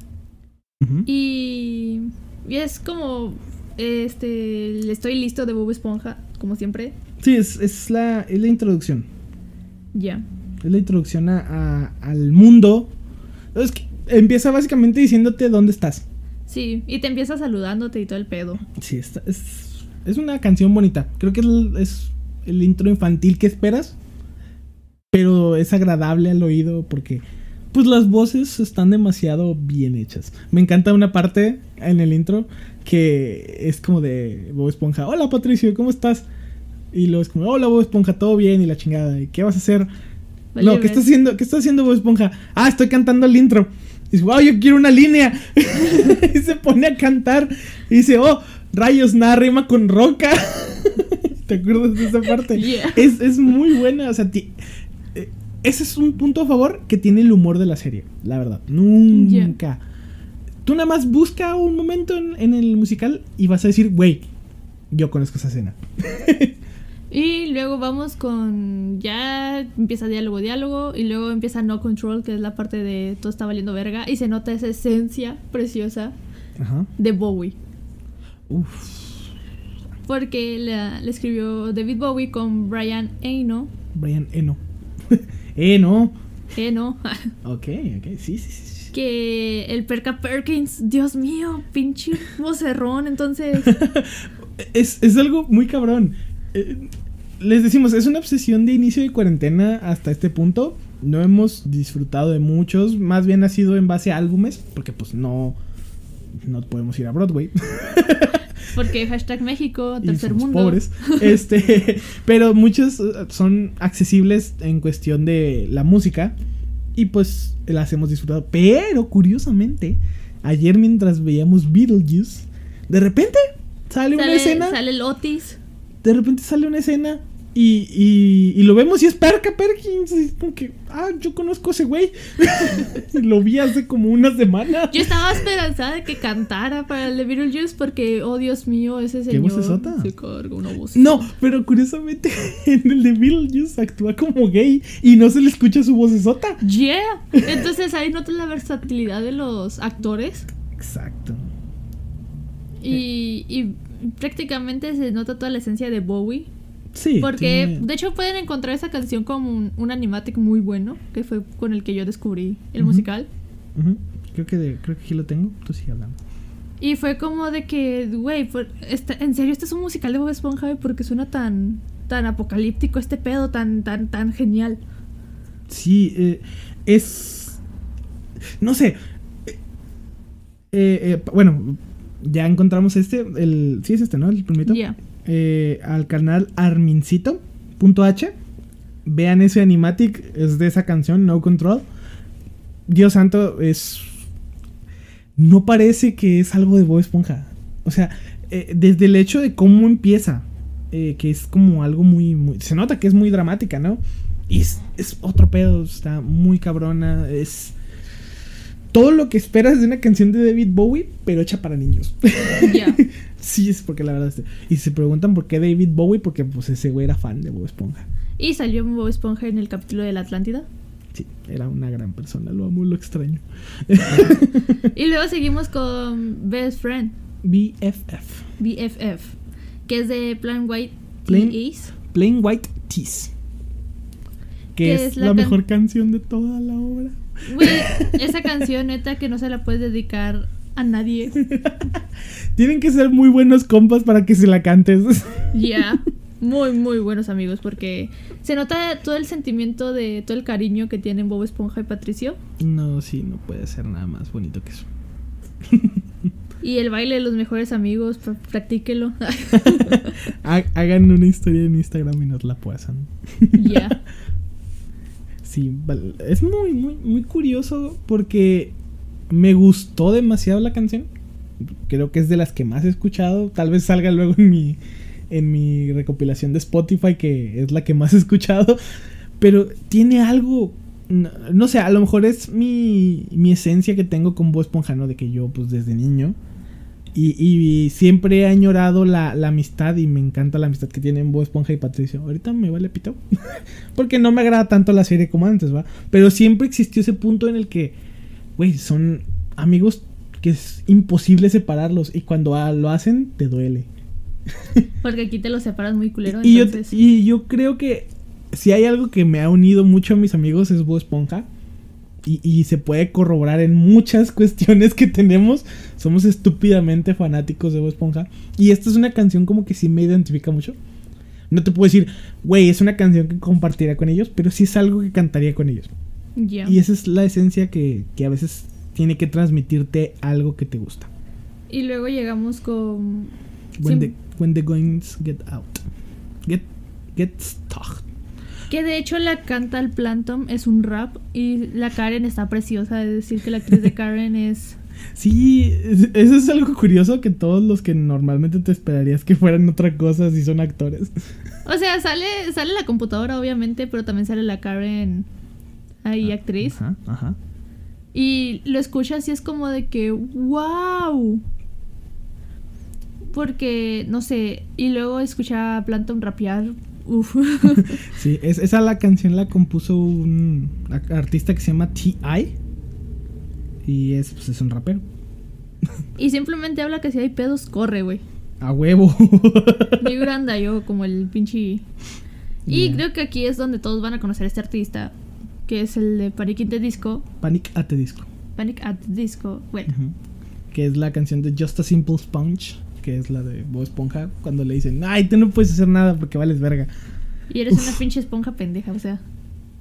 Y es como el Estoy Listo de Bob Esponja, como siempre. Sí, es la introducción. Ya. Es la introducción al mundo. Es que empieza básicamente diciéndote dónde estás. Sí, y te empieza saludándote y todo el pedo. Sí, es una canción bonita. Creo que es el intro infantil que esperas. Pero es agradable al oído porque pues las voces están demasiado bien hechas. Me encanta una parte en el intro que es como de Bob Esponja. Hola Patricio, ¿cómo estás? Y luego es como, hola Bob Esponja, todo bien, y la chingada. ¿Y qué vas a hacer? Vale, ¿Qué estás haciendo? ¿Qué estás haciendo Bob Esponja? Estoy cantando el intro. Y dice, wow, yo quiero una línea. Y se pone a cantar. Y dice, rayos, nada rima con roca. ¿Te acuerdas de esa parte? Yeah. Es muy buena. O sea, ese es un punto a favor que tiene el humor de la serie, la verdad. Nunca. Tú nada más busca un momento en el musical y vas a decir, güey, yo conozco esa escena. Y luego vamos con... Ya empieza diálogo. Y luego empieza No Control, que es la parte de todo está valiendo verga. Y se nota esa esencia preciosa de Bowie. Uf. Porque le escribió David Bowie con Brian Eno. Brian Eno. Eno. Eno. Ok, sí. Que el Perca Perkins, Dios mío, pinche vocerrón. Entonces... es algo muy cabrón. Les decimos, es una obsesión de inicio de cuarentena hasta este punto. No hemos disfrutado de muchos. Más bien ha sido en base a álbumes. Porque pues no podemos ir a Broadway. Porque hashtag México, tercer mundo. Pobres. Pero muchos son accesibles en cuestión de la música. Y pues las hemos disfrutado. Pero curiosamente, ayer mientras veíamos Beetlejuice, de repente sale una escena. Sale el Otis. De repente sale una escena y lo vemos y es Perca Perkins. Y es como que, yo conozco a ese güey. Lo vi hace como una semana. Yo estaba esperanzada de que cantara para el de Beetlejuice porque, oh Dios mío, ese señor. ¿Qué vocesota? Se carga una voz. No, pero curiosamente en el de Beetlejuice actúa como gay y no se le escucha su vocesota. Yeah. Entonces ahí notas la versatilidad de los actores. Exacto. Y prácticamente se nota toda la esencia de Bowie. Sí. Porque de hecho pueden encontrar esa canción como un animatic muy bueno, que fue con el que yo descubrí el musical. Creo que aquí lo tengo. Tú sigue hablando. Y fue como de que, güey, en serio, este es un musical de Bob Esponja, porque suena tan apocalíptico este pedo, tan genial. Sí, es... No sé. Bueno, ya encontramos sí es este, ¿no? El primero. Ya. Al canal Armincito.h. Vean ese animatic, es de esa canción, No Control. Dios santo, no parece que es algo de Bob Esponja. O sea, desde el hecho de cómo empieza, que es como algo muy... Se nota que es muy dramática, ¿no? Y es otro pedo, está muy cabrona. Es todo lo que esperas de una canción de David Bowie, pero hecha para niños. Ya. Sí, es porque la verdad y se preguntan por qué David Bowie, porque pues ese güey era fan de Bob Esponja. Y salió Bob Esponja en el capítulo de la Atlántida. Sí, era una gran persona, lo amo, lo extraño. Y luego seguimos con Best Friend. BFF, que es de Plain White T's. Plain White T's. Que es la mejor canción de toda la obra. Güey, esa canción neta que no se la puedes dedicar a nadie. Tienen que ser muy buenos compas para que se la cantes. Ya, muy muy buenos amigos, porque se nota todo el sentimiento de todo el cariño que tienen Bob Esponja y Patricio. No, sí, no puede ser nada más bonito que eso. Y el baile de los mejores amigos, practíquelo. Hagan una historia en Instagram y nos la pasan. Ya. Sí, es muy, muy, muy curioso porque me gustó demasiado la canción. Creo que es de las que más he escuchado. Tal vez salga luego en mi recopilación de Spotify, que es la que más he escuchado. Pero tiene algo... No sé, a lo mejor es mi esencia que tengo con Bob Esponja, ¿no? De que yo, pues, desde niño... Y siempre he añorado la amistad, y me encanta la amistad que tienen Bob Esponja y Patricio. Ahorita me vale pito porque no me agrada tanto la serie como antes, ¿va? Pero siempre existió ese punto en el que, güey, son amigos que es imposible separarlos, y cuando lo hacen, te duele. Porque aquí te los separas muy culero, entonces... y yo creo que si hay algo que me ha unido mucho a mis amigos es Bob Esponja. Y se puede corroborar en muchas cuestiones que tenemos. Somos estúpidamente fanáticos de Bob Esponja. Y esta es una canción como que sí me identifica mucho. No te puedo decir, güey, es una canción que compartiría con ellos, pero sí es algo que cantaría con ellos. Yeah. Y esa es la esencia que a veces tiene que transmitirte algo que te gusta. Y luego llegamos con... When the goings get out. Get stuck. Que de hecho la canta el Plankton, es un rap. Y la Karen está preciosa de decir que la actriz de Karen es... Sí, eso es algo curioso, que todos los que normalmente te esperarías que fueran otra cosa si son actores. O sea, sale la computadora obviamente, pero también sale la Karen ahí actriz. Ajá. Y lo escuchas y es como de que wow. Porque, no sé, y luego escuchar a Plankton rapear. Uf. Sí, esa la canción la compuso un artista que se llama T.I. Y pues es un rapero. Y simplemente habla que si hay pedos, corre, güey. A huevo. Yo anda yo como el pinche. Y creo que aquí es donde todos van a conocer a este artista, que es el de Panic! At the Disco. Panic! At the Disco. Panic! At the Disco, bueno. Que es la canción de Just a Simple Sponge, que es la de Bob Esponja, cuando le dicen, ay, tú no puedes hacer nada porque vales verga. Y eres una pinche esponja pendeja, o sea.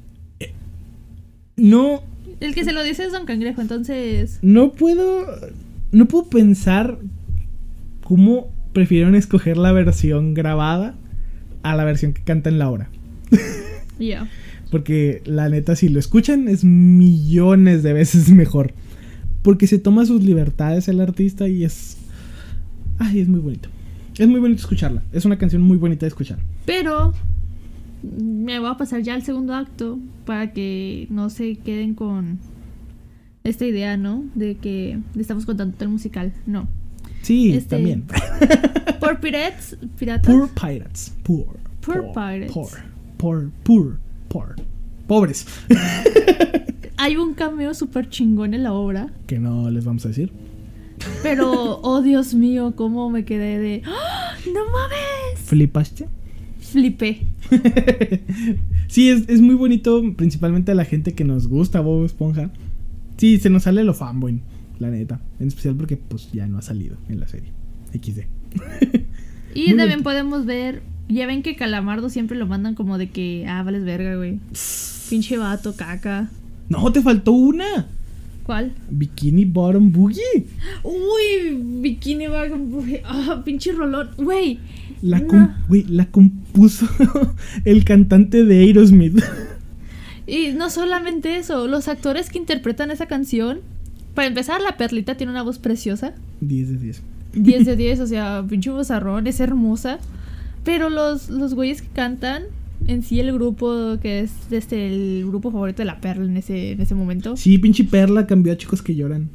No. El que se lo dice es Don Cangrejo, entonces. No puedo pensar cómo prefirieron escoger la versión grabada a la versión que canta en la obra. Ya. Porque la neta, si lo escuchan, es millones de veces mejor. Porque se toma sus libertades el artista y es... Ay, es muy bonito. Es muy bonito escucharla. Es una canción muy bonita de escuchar. Pero me voy a pasar ya al segundo acto para que no se queden con esta idea, ¿no? De que le estamos contando todo el musical. No. Sí, también. Poor Pirates. Poor Pirates. Poor Pirates. Poor. Pobres. Hay un cameo súper chingón en la obra. Que no les vamos a decir. Pero, oh Dios mío, cómo me quedé de... ¡Oh, no mames! ¿Flipaste? Flipé. Sí, es muy bonito, principalmente a la gente que nos gusta Bob Esponja. Sí, se nos sale lo fanboy, la neta. En especial porque pues ya no ha salido en la serie XD. Y muy también bonito. Podemos ver... Ya ven que Calamardo siempre lo mandan como de que... Ah, vales verga, güey. Pinche vato, caca. No, te faltó una. ¿Cuál? Bikini Bottom Boogie. Uy, Bikini Bottom Boogie. Ah, pinche rolón. Güey. La compuso el cantante de Aerosmith. Y no solamente eso, los actores que interpretan esa canción. Para empezar, la Perlita tiene una voz preciosa. 10 de 10. 10 de 10, o sea, pinche vozarrón, es hermosa. Pero los güeyes que cantan, en sí el grupo, que es el grupo favorito de la Perla en ese momento. Sí, pinche Perla cambió a Chicos que Lloran.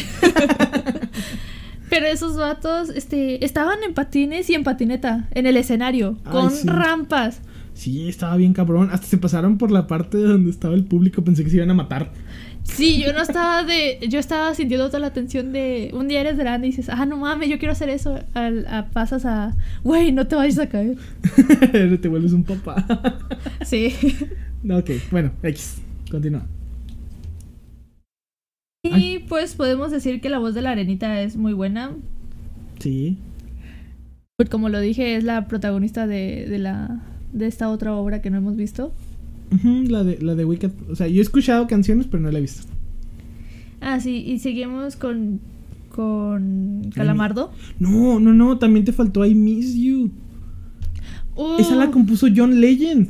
Pero esos vatos estaban en patines y en patineta, en el escenario, con rampas. Sí, estaba bien cabrón. Hasta se pasaron por la parte donde estaba el público. Pensé que se iban a matar. Sí, yo estaba sintiendo toda la tensión de... Un día eres grande y dices, ah, no mames, yo quiero hacer eso. Pasas a... Güey, no te vayas a caer. Te vuelves un papá. Sí. Ok, bueno, X. Continúa. Y pues podemos decir que la voz de la Arenita es muy buena. Sí. Pues como lo dije, es la protagonista de esta otra obra que no hemos visto. La de Wicked. O sea, yo he escuchado canciones, pero no la he visto. Ah, sí, y seguimos con Calamardo. No, también te faltó I Miss You. Oh. Esa la compuso John Legend.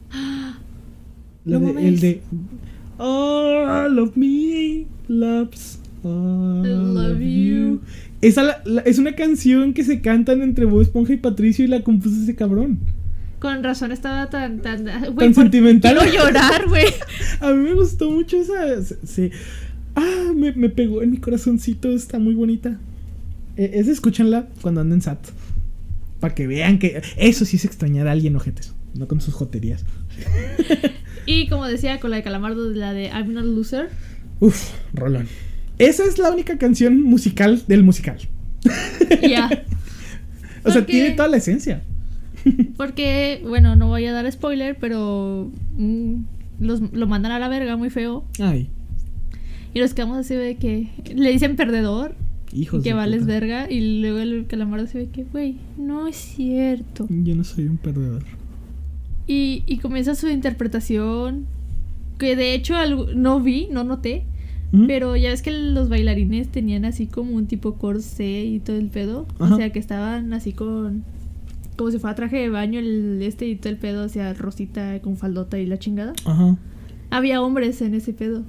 El de All of me loves all I love you. Esa es una canción que se cantan entre Bob Esponja y Patricio y la compuso ese cabrón. Con razón estaba tan sentimental. Quiero llorar, güey. A mí me gustó mucho esa. Me pegó en mi corazoncito. Está muy bonita. Esa escúchenla cuando anden SAT. Para que vean que eso sí es extrañar a alguien, ojetes. No con sus joterías. Y como decía, con la de Calamardo, la de I'm Not a Loser. Uf, rolón. Esa es la única canción musical del musical. Ya. O sea, tiene toda la esencia. Porque, bueno, no voy a dar spoiler, pero lo mandan a la verga muy feo. Ay. Y nos quedamos así de que le dicen perdedor. Hijos que de vales puta. verga. Y luego el Calamardo se ve que, güey, no es cierto. Yo no soy un perdedor. Y comienza su interpretación. Que de hecho no noté. Pero ya ves que los bailarines tenían así como un tipo corsé y todo el pedo. Ajá. O sea, que estaban así como si fuera traje de baño y todo el pedo, o sea, rosita con faldota y la chingada. Ajá. Había hombres en ese pedo.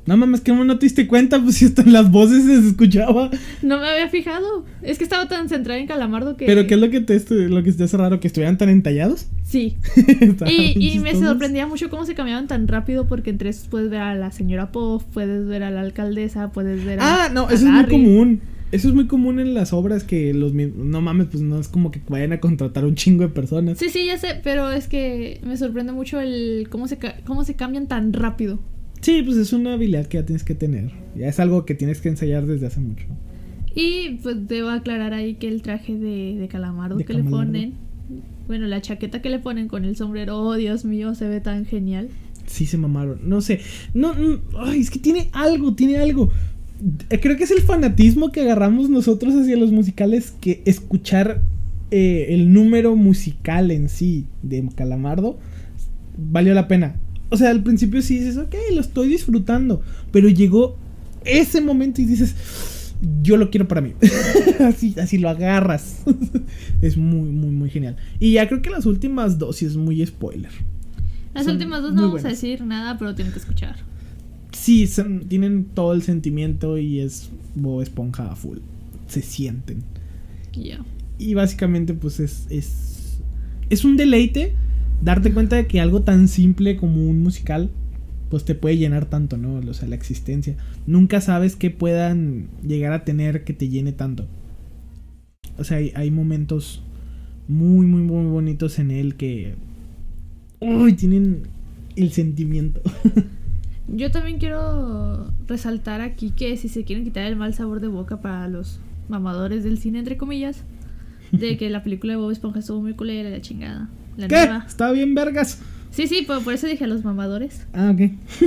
No mames, que no te diste cuenta, pues si hasta en las voces se escuchaba. No me había fijado. Es que estaba tan centrada en Calamardo que... ¿Pero qué es lo que te hace raro? ¿Que estuvieran tan entallados? Sí. Y me sorprendía mucho cómo se cambiaban tan rápido, porque entre esos puedes ver a la señora Puff, puedes ver a la alcaldesa, puedes ver a... No, eso es muy común. Eso es muy común en las obras, que no mames, pues no es como que vayan a contratar un chingo de personas. Sí, ya sé, pero es que me sorprende mucho el cómo se cambian tan rápido. Sí, pues es una habilidad que ya tienes que tener. Ya es algo que tienes que ensayar desde hace mucho. Y pues debo aclarar ahí que el traje de Calamardo que le ponen, bueno, la chaqueta que le ponen con el sombrero, oh Dios mío, se ve tan genial. Sí, se mamaron. No sé. No, ay, es que tiene algo. Creo que es el fanatismo que agarramos nosotros hacia los musicales, que escuchar el número musical en sí de Calamardo valió la pena. O sea, al principio sí dices, ok, lo estoy disfrutando, pero llegó ese momento y dices, yo lo quiero para mí. así lo agarras. Es muy, muy, muy genial. Y ya creo que las últimas dos sí es muy spoiler. Las últimas dos no vamos a decir nada, pero tienen que escuchar. Sí, tienen todo el sentimiento y es Bob Esponja a full. Se sienten. Yeah. Y básicamente pues es un deleite darte cuenta de que algo tan simple como un musical pues te puede llenar tanto, ¿no? O sea, la existencia. Nunca sabes qué puedan llegar a tener que te llene tanto. O sea, hay momentos muy, muy, muy bonitos en él que... Uy, tienen el sentimiento. Yo también quiero resaltar aquí que si se quieren quitar el mal sabor de boca para los mamadores del cine, entre comillas, de que la película de Bob Esponja estuvo muy culera y la chingada. La ¿qué? Nueva. Estaba bien vergas. Sí, por eso dije a los mamadores. Ok.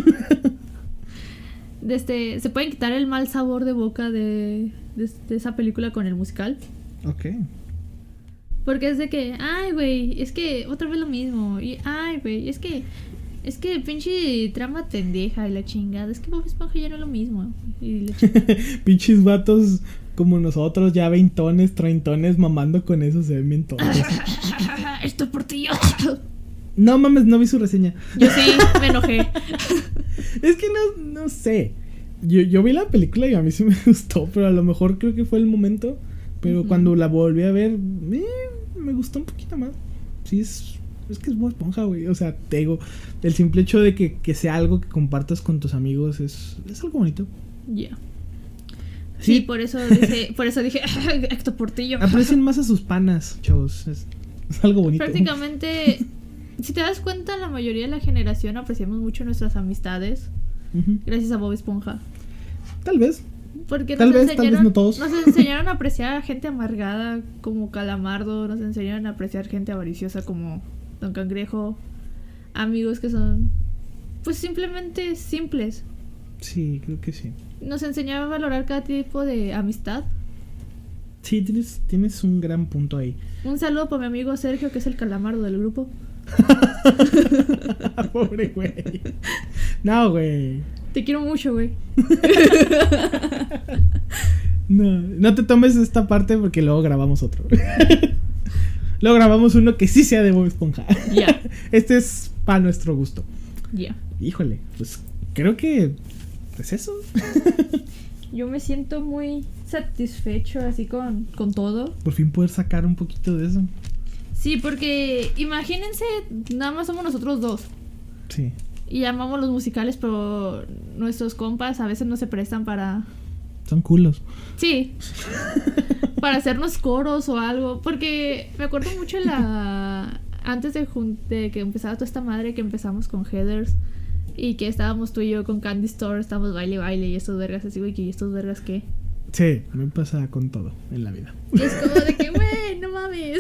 Se pueden quitar el mal sabor de boca de esa película con el musical. Ok. Porque es de que, ay, güey, es que otra vez lo mismo. Y, ay, güey, es que pinche trama pendeja y la chingada. Es que Bob Esponja ya no es lo mismo. Y la pinches vatos como nosotros, ya 20, 30 mamando con eso, se ven bien tontos. Esto por ti. No mames, no vi su reseña. Yo sí, me enojé. Es que no sé. Yo vi la película y a mí sí me gustó, pero a lo mejor creo que fue el momento. Pero cuando la volví a ver, me gustó un poquito más. Sí, es que es Bob Esponja, güey. O sea, te digo, el simple hecho de que sea algo que compartas con tus amigos es algo bonito. Ya. Yeah. Sí, por eso dije Héctor Portillo. Aprecien más a sus panas, chavos. Es algo bonito. Prácticamente, si te das cuenta, la mayoría de la generación apreciamos mucho nuestras amistades gracias a Bob Esponja. Tal vez. Porque tal vez no todos. Nos enseñaron a apreciar a gente amargada como Calamardo, nos enseñaron a apreciar gente avariciosa como Don Cangrejo, amigos que son pues simplemente simples. Sí, creo que sí. Nos enseñaba a valorar cada tipo de amistad. Sí, tienes un gran punto ahí. Un saludo para mi amigo Sergio, que es el Calamardo del grupo. Pobre güey. No, güey. Te quiero mucho, güey. No te tomes esta parte porque luego grabamos otro. Luego grabamos uno que sí sea de Bob Esponja. Ya. Este es para nuestro gusto. Ya. Híjole, pues creo que es eso. Yo me siento muy satisfecho así con todo. Por fin poder sacar un poquito de eso. Sí, porque imagínense, nada más somos nosotros dos. Sí. Y amamos los musicales, pero nuestros compas a veces no se prestan para... Son culos. Sí. Para hacernos coros o algo. Porque me acuerdo mucho antes de que empezara toda esta madre, que empezamos con Heathers. Y que estábamos tú y yo con Candy Store, estábamos baile y estos vergas así, güey, ¿y estos vergas qué? Sí, me pasa con todo en la vida. Y es como de que, güey, no mames.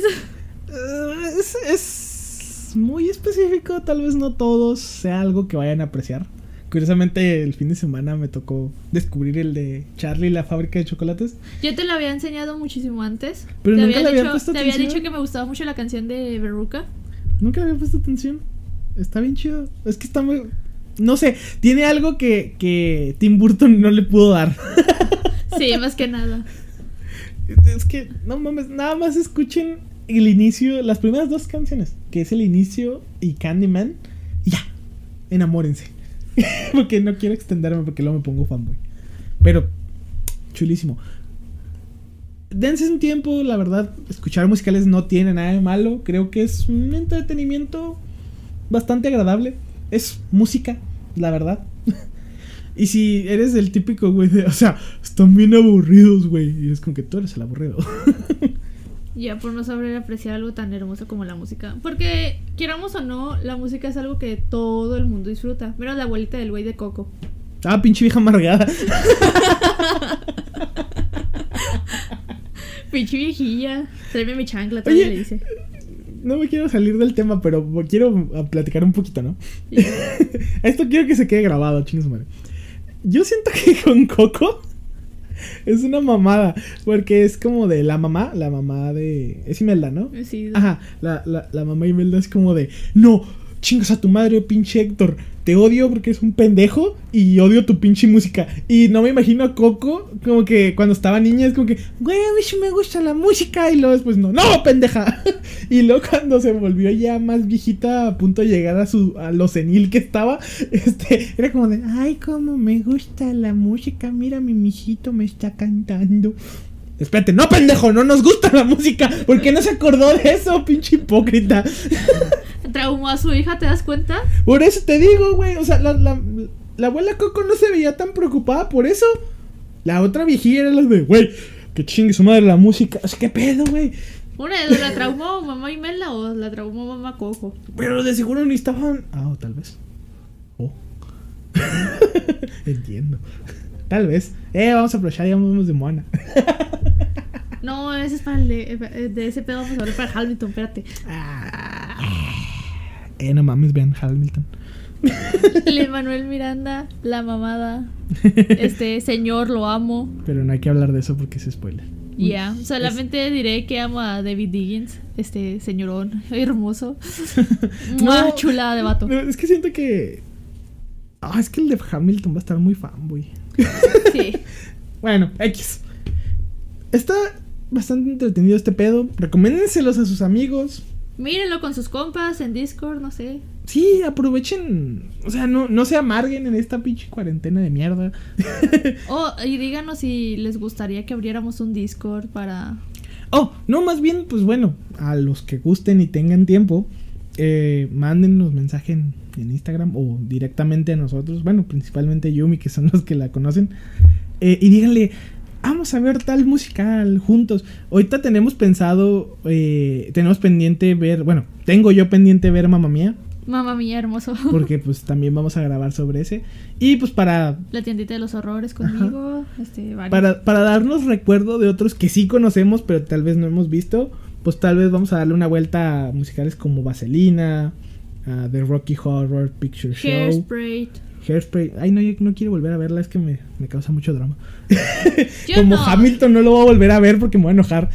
Es muy específico, tal vez no todos sea algo que vayan a apreciar. Curiosamente, el fin de semana me tocó descubrir el de Charlie y la fábrica de chocolates. Yo te lo había enseñado muchísimo antes. Pero nunca le había puesto atención. Te había dicho que me gustaba mucho la canción de Veruca. Nunca le había puesto atención. Está bien chido. Es que está muy... No sé, tiene algo que Tim Burton no le pudo dar. Sí, más que nada. Es que, no mames, nada más escuchen el inicio, las primeras dos canciones, que es el inicio y Candyman, y ya, enamórense. Porque no quiero extenderme porque luego me pongo fanboy. Pero, chulísimo. Dense un tiempo, la verdad, escuchar musicales no tiene nada de malo. Creo que es un entretenimiento bastante agradable. Es música, la verdad. Y si eres el típico güey de, o sea, están bien aburridos, güey. Y es como que tú eres el aburrido. Ya por no saber apreciar algo tan hermoso como la música. Porque, quieramos o no, la música es algo que todo el mundo disfruta. Mira la abuelita del güey de Coco. Ah, pinche vieja amargada. Pinche viejilla. Tráeme mi chancla, todavía le dice. No me quiero salir del tema, pero quiero platicar un poquito, ¿no? Yeah. Esto quiero que se quede grabado, chingue madre. Yo siento que con Coco es una mamada, porque es como de la mamá de... Es Imelda, ¿no? Sí. Ajá, la mamá Imelda es como de... No, chingas a tu madre, pinche Héctor. Te odio porque es un pendejo y odio tu pinche música. Y no me imagino a Coco como que cuando estaba niña es como que... Güey, a mí sí me gusta la música. Y luego después no, pendeja. Y luego cuando se volvió ya más viejita a punto de llegar a lo senil que estaba, era como de... Ay, cómo me gusta la música. Mira, mi mijito me está cantando. Espérate, no, pendejo, no nos gusta la música. ¿Por qué no se acordó de eso, pinche hipócrita? Traumó a su hija, ¿te das cuenta? Por eso te digo, güey. O sea, la abuela Coco no se veía tan preocupada por eso. La otra viejilla era la de, güey, que chingue su madre la música. O sea, ¿qué pedo, güey? Una de dos, ¿la traumó mamá Imelda o la traumó mamá Coco? Pero de seguro ni estaban... Ah, tal vez. Oh. Entiendo. Tal vez. Vamos a aprovechar, ya vamos de Moana. No, ese es para el de ese pedo. Vamos a hablar para Hamilton, espérate. No mames, vean Hamilton. Lin-Manuel Miranda, la mamada. Señor, lo amo. Pero no hay que hablar de eso porque es spoiler. Ya, solamente diré que amo a David Diggins, señorón hermoso. No, chulada de vato. No, es que siento que... es que el de Hamilton va a estar muy fanboy. Sí. Bueno, X. Está bastante entretenido este pedo. Recomiéndenselos a sus amigos. Mírenlo con sus compas en Discord, no sé. Sí, aprovechen. O sea, no se amarguen en esta pinche cuarentena de mierda. Y díganos si les gustaría que abriéramos un Discord para... No, más bien, pues bueno, a los que gusten y tengan tiempo, mándennos mensaje en Instagram o directamente a nosotros. Bueno, principalmente Yumi, que son los que la conocen. Y díganle... Vamos a ver tal musical juntos. Ahorita tenemos pensado, tenemos pendiente ver, bueno, tengo yo pendiente ver Mamma Mía. Mamma Mía, hermoso. Porque pues también vamos a grabar sobre ese. Y pues para... La tiendita de los horrores conmigo. Para darnos recuerdo de otros que sí conocemos, pero tal vez no hemos visto. Pues tal vez vamos a darle una vuelta a musicales como Vaselina, The Rocky Horror Picture Show. Hairspray. Ay, no, yo no quiero volver a verla, es que me causa mucho drama. Como no. Hamilton no lo voy a volver a ver porque me voy a enojar.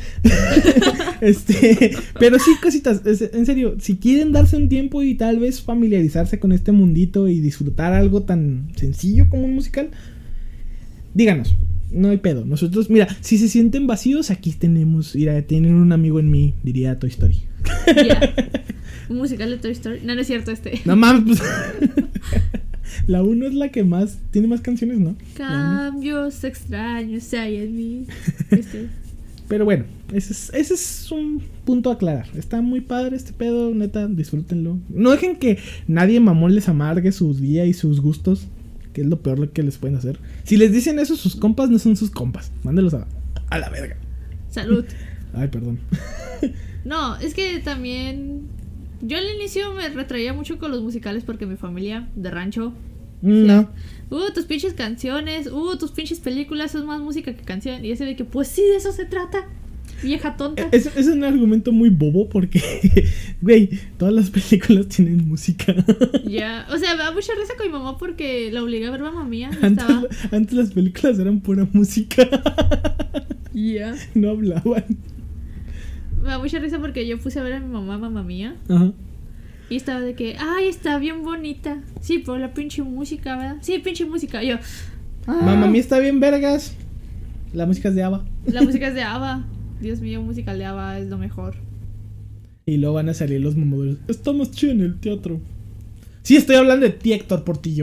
Pero sí, cositas, en serio, si quieren darse un tiempo y tal vez familiarizarse con este mundito y disfrutar algo tan sencillo como un musical, díganos, no hay pedo. Nosotros, mira, si se sienten vacíos, aquí tenemos, mira, tienen un amigo en mí, diría Toy Story. Yeah. Un musical de Toy Story. No es cierto No mames, pues. La 1 es la que más tiene más canciones, ¿no? Cambios extraños hay en mí. Pero bueno, ese es un punto a aclarar. Está muy padre este pedo, neta, disfrútenlo. No dejen que nadie mamón les amargue su día y sus gustos, que es lo peor que les pueden hacer. Si les dicen eso, sus compas no son sus compas. Mándelos a la verga. Salud. Ay, perdón. No, es que también... Yo al inicio me retraía mucho con los musicales porque mi familia de rancho... No. Tus pinches canciones, tus pinches películas, es más música que canción. Y ese de que, pues sí, de eso se trata. Vieja tonta. Es un argumento muy bobo porque, güey, todas las películas tienen música. Ya, o sea, me da mucha risa con mi mamá porque la obligué a ver Mamma Mía. Antes las películas eran pura música. Ya. No hablaban. Me da mucha risa porque yo puse a ver a mi mamá Mamma Mía. Ajá. Y estaba de que, ay, está bien bonita. Sí, pero la pinche música, ¿verdad? Sí, pinche música. Y yo, Mamma Mía está bien vergas. La música es de ABBA. La música es de ABBA. Dios mío, musical de ABBA es lo mejor. Y luego van a salir los mamadores. Está más chido en el teatro. Sí, estoy hablando de ti, Héctor Portillo.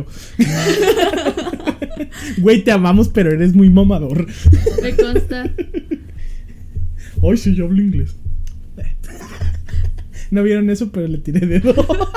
Güey, te amamos, pero eres muy mamador. Me consta. Ay, sí, yo hablo inglés. No vieron eso, pero le tiré dedo.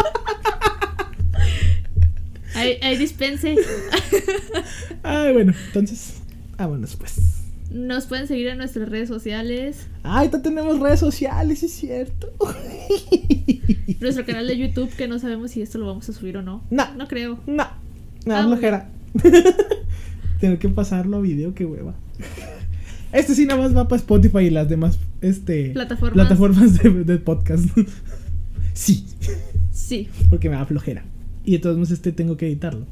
Ahí dispense. Ay, bueno, entonces, vámonos pues. Nos pueden seguir en nuestras redes sociales. Ay, ya tenemos redes sociales, es cierto. Nuestro canal de YouTube, que no sabemos si esto lo vamos a subir o no. No creo. No, flojera. Tener que pasarlo a video, qué hueva. Este sí nada más va para Spotify y las demás plataformas de podcast. Sí. Sí. Porque me da flojera. Y de todos modos tengo que editarlo.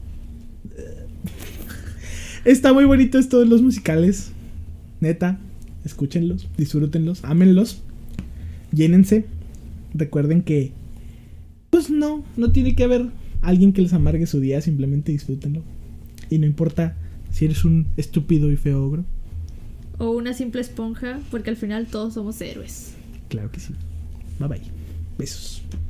Está muy bonito esto de los musicales. Neta, escúchenlos, disfrútenlos, ámenlos. Llénense. Recuerden que pues no tiene que haber alguien que les amargue su día, simplemente disfrútenlo. Y no importa si eres un estúpido y feo ogro o una simple esponja, porque al final todos somos héroes. Claro que sí. Bye bye. Besos.